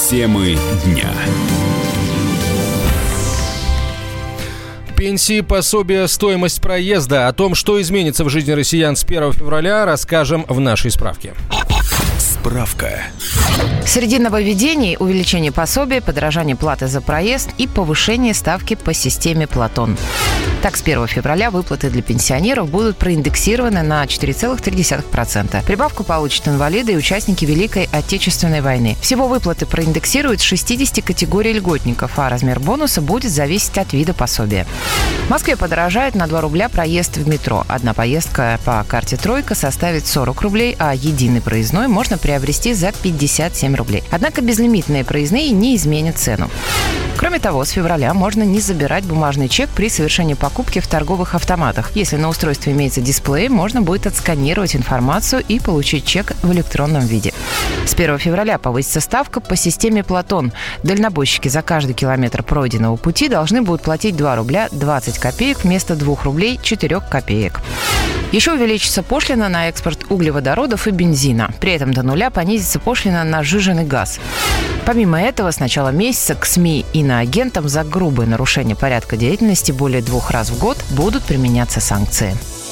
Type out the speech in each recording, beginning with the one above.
Темы дня. Пенсии, пособия, стоимость проезда. О том, что изменится в жизни россиян с 1 февраля, расскажем в нашей справке. Справка. Среди нововведений – увеличение пособия, подорожание платы за проезд и повышение ставки по системе «Платон». Так, с 1 февраля выплаты для пенсионеров будут проиндексированы на 4,3%. Прибавку получат инвалиды и участники Великой Отечественной войны. Всего выплаты проиндексируют с 60 категорий льготников, а размер бонуса будет зависеть от вида пособия. В Москве подорожает на 2 рубля проезд в метро. Одна поездка по карте «Тройка» составит 40 рублей, а единый проездной можно приобрести за 57 рублей. Однако безлимитные проездные не изменят цену. Кроме того, с февраля можно не забирать бумажный чек при совершении покупки в торговых автоматах. Если на устройстве имеется дисплей, можно будет отсканировать информацию и получить чек в электронном виде. С 1 февраля повысится ставка по системе «Платон». Дальнобойщики за каждый километр пройденного пути должны будут платить 2 рубля 20 копеек вместо 2 рублей 4 копеек. Еще увеличится пошлина на экспорт углеводородов и бензина. При этом до нуля понизится пошлина на сжиженный газ. Помимо этого, с начала месяца к СМИ и иноагентам за грубое нарушение порядка деятельности более 2 раз в год будут применяться санкции.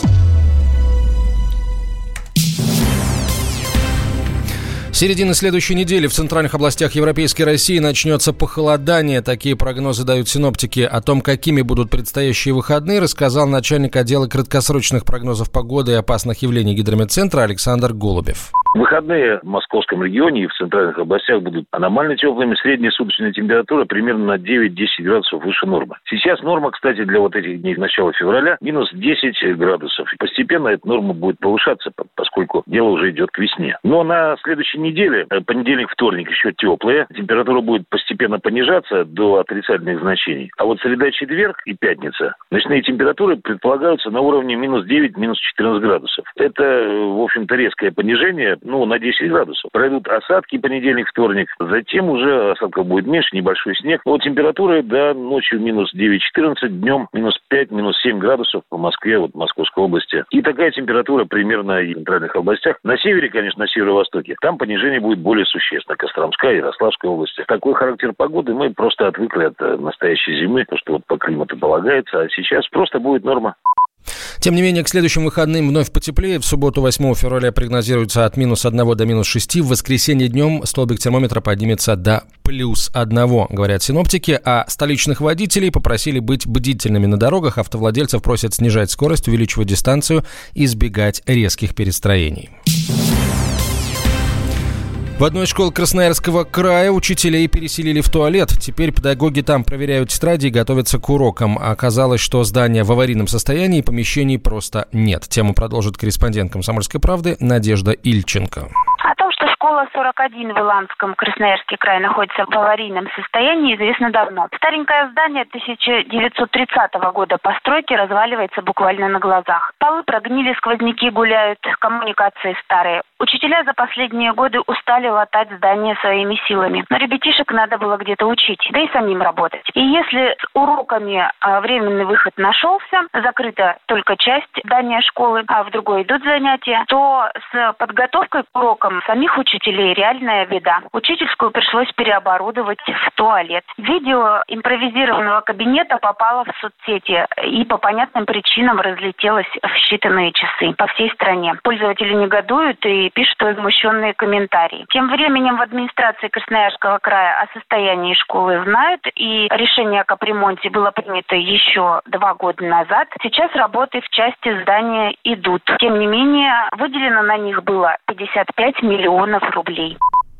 С середины следующей недели в центральных областях Европейской России начнется похолодание. Такие прогнозы дают синоптики. О том, какими будут предстоящие выходные, рассказал начальник отдела краткосрочных прогнозов погоды и опасных явлений Гидрометцентра Александр Голубев. Выходные в московском регионе и в центральных областях будут аномально теплыми. Средняя суточная температура примерно на 9-10 градусов выше нормы. Сейчас норма, кстати, для вот этих дней начала февраля минус 10 градусов. И постепенно эта норма будет повышаться, поскольку дело уже идет к весне. Но на следующей неделе, понедельник, вторник, еще теплые. Температура будет постепенно понижаться до отрицательных значений. А вот среда, четверг и пятница ночные температуры предполагаются на уровне минус 9, минус 14 градусов. Это, в общем-то, резкое понижение, на 10 градусов. Пройдут осадки понедельник, вторник. Затем уже осадков будет меньше, небольшой снег. Но температуры до ночью минус 9-14, днем минус 5, минус 7 градусов по Москве, вот Московской области. И такая температура примерно и в центральных областях. На севере, конечно, на северо-востоке. Там понижение будет более существенно. Костромская, Ярославская области. Такой характер погоды мы просто отвыкли от настоящей зимы, потому что вот по климату полагается. А сейчас просто будет норма. Тем не менее, к следующим выходным вновь потеплее. В субботу, 8 февраля, прогнозируется от минус 1 до минус 6. В воскресенье днем столбик термометра поднимется до плюс 1, говорят синоптики. А столичных водителей попросили быть бдительными на дорогах. Автовладельцев просят снижать скорость, увеличивать дистанцию и избегать резких перестроений. В одной из школ Красноярского края учителей переселили в туалет. Теперь педагоги там проверяют тетради и готовятся к урокам. Оказалось, что здание в аварийном состоянии, помещений просто нет. Тему продолжит корреспондент «Комсомольской правды» Надежда Ильченко. О том, что школа 41 в Иланском, Красноярский край, находится в аварийном состоянии, известно давно. Старенькое здание 1930 года постройки разваливается буквально на глазах. Полы прогнили, сквозняки гуляют, коммуникации старые. Учителя за последние годы устали латать здание своими силами. Но ребятишек надо было где-то учить, да и самим работать. И если с уроками временный выход нашелся, закрыта только часть здания школы, а в другой идут занятия, то с подготовкой к урокам самих учителей реальная беда. Учительскую пришлось переоборудовать в туалет. Видео импровизированного кабинета попало в соцсети и по понятным причинам разлетелось в считанные часы по всей стране. Пользователи негодуют и пишут возмущенные комментарии. Тем временем в администрации Красноярского края о состоянии школы знают, и решение о капремонте было принято еще 2 года назад. Сейчас работы в части здания идут. Тем не менее, выделено на них было 55 миллионов рублей.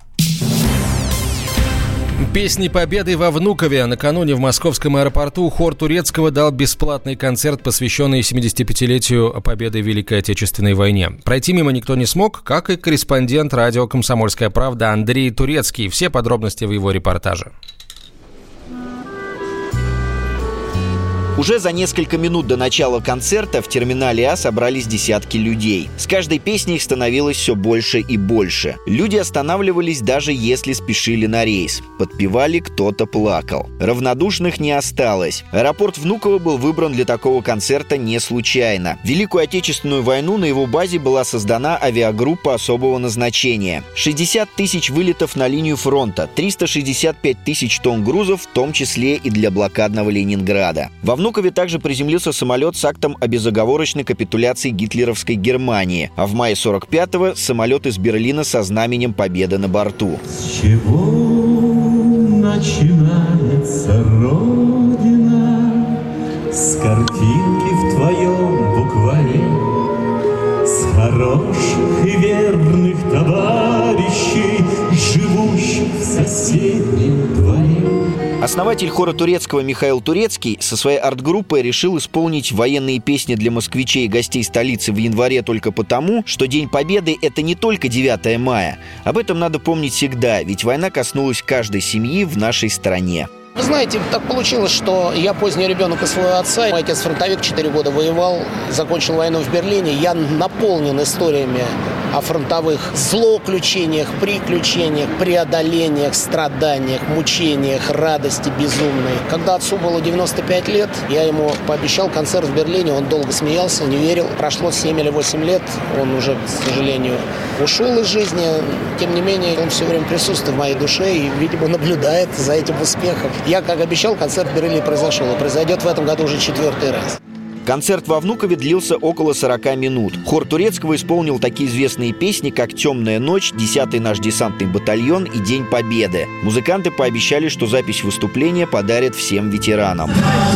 Песни Победы во Внукове. Накануне в московском аэропорту хор Турецкого дал бесплатный концерт, посвященный 75-летию Победы в Великой Отечественной войне. Пройти мимо никто не смог, как и корреспондент радио «Комсомольская правда» Андрей Турецкий. Все подробности в его репортаже. Уже за несколько минут до начала концерта в терминале А собрались десятки людей. С каждой песней их становилось все больше и больше. Люди останавливались, даже если спешили на рейс. Подпевали, кто-то плакал. Равнодушных не осталось. Аэропорт Внуково был выбран для такого концерта не случайно. В Великую Отечественную войну на его базе была создана авиагруппа особого назначения. 60 тысяч вылетов на линию фронта, 365 тысяч тонн грузов, в том числе и для блокадного Ленинграда. Во Внукове также приземлился самолет с актом о безоговорочной капитуляции гитлеровской Германии, а в мае 45-го самолет из Берлина со знаменем Победы на борту. С чего начинается Родина? С картинки в твоем букваре, с хороших и верных товарищей, живущих в соседнем дворе. Основатель хора турецкого Михаил Турецкий со своей арт-группой решил исполнить военные песни для москвичей и гостей столицы в январе только потому, что День Победы – это не только 9 мая. Об этом надо помнить всегда, ведь война коснулась каждой семьи в нашей стране. Вы знаете, так получилось, что я поздний ребенок из своего отца. Мой отец фронтовик, 4 года воевал, закончил войну в Берлине. Я наполнен историями о фронтовых злоключениях, приключениях, преодолениях, страданиях, мучениях, радости безумной. Когда отцу было 95 лет, я ему пообещал концерт в Берлине. Он долго смеялся, не верил. Прошло 7 или 8 лет, он уже, к сожалению, ушел из жизни. Тем не менее, он все время присутствует в моей душе и, видимо, наблюдает за этим успехом. Я, как обещал, концерт в Берлине произошел. И произойдет в этом году уже 4-й раз. Концерт во Внукове длился около 40 минут. Хор Турецкого исполнил такие известные песни, как «Темная ночь», «10-й наш десантный батальон» и «День Победы». Музыканты пообещали, что запись выступления подарят всем ветеранам.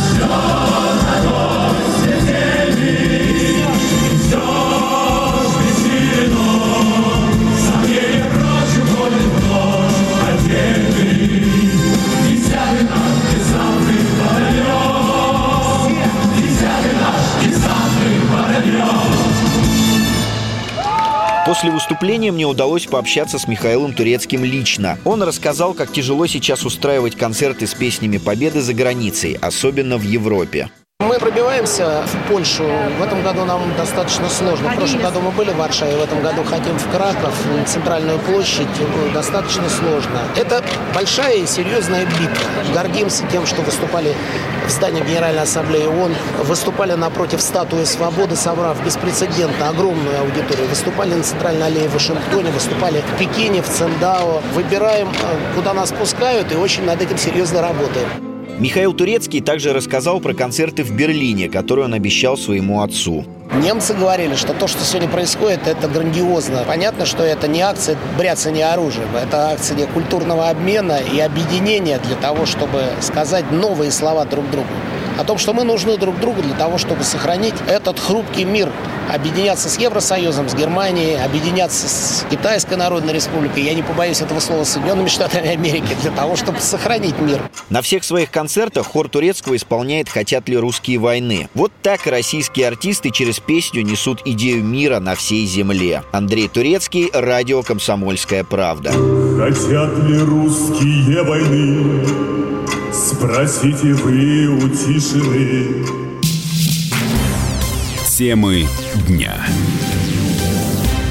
После выступления мне удалось пообщаться с Михаилом Турецким лично. Он рассказал, как тяжело сейчас устраивать концерты с песнями Победы за границей, особенно в Европе. Мы пробиваемся в Польшу. В этом году нам достаточно сложно. В прошлом году мы были в Варшаве, в этом году хотим в Краков, на Центральную площадь. Достаточно сложно. Это большая и серьезная битва. Гордимся тем, что выступали в здании Генеральной Ассамблеи ООН, выступали напротив статуи Свободы, собрав беспрецедентно огромную аудиторию. Выступали на Центральной аллее в Вашингтоне, выступали в Пекине, в Циндао. Выбираем, куда нас пускают, и очень над этим серьезно работаем. Михаил Турецкий также рассказал про концерты в Берлине, которые он обещал своему отцу. Немцы говорили, что то, что сегодня происходит, это грандиозно. Понятно, что это не акция бряцания оружием, это акция культурного обмена и объединения для того, чтобы сказать новые слова друг другу. О том, что мы нужны друг другу для того, чтобы сохранить этот хрупкий мир. Объединяться с Евросоюзом, с Германией, объединяться с Китайской Народной Республикой, я не побоюсь этого слова, Соединенными Штатами Америки, для того, чтобы сохранить мир. На всех своих концертах хор Турецкого исполняет «Хотят ли русские войны?». Вот так российские артисты через песню несут идею мира на всей земле. Андрей Турецкий, радио «Комсомольская правда». Хотят ли русские войны? Спросите вы у тишины. Темы дня.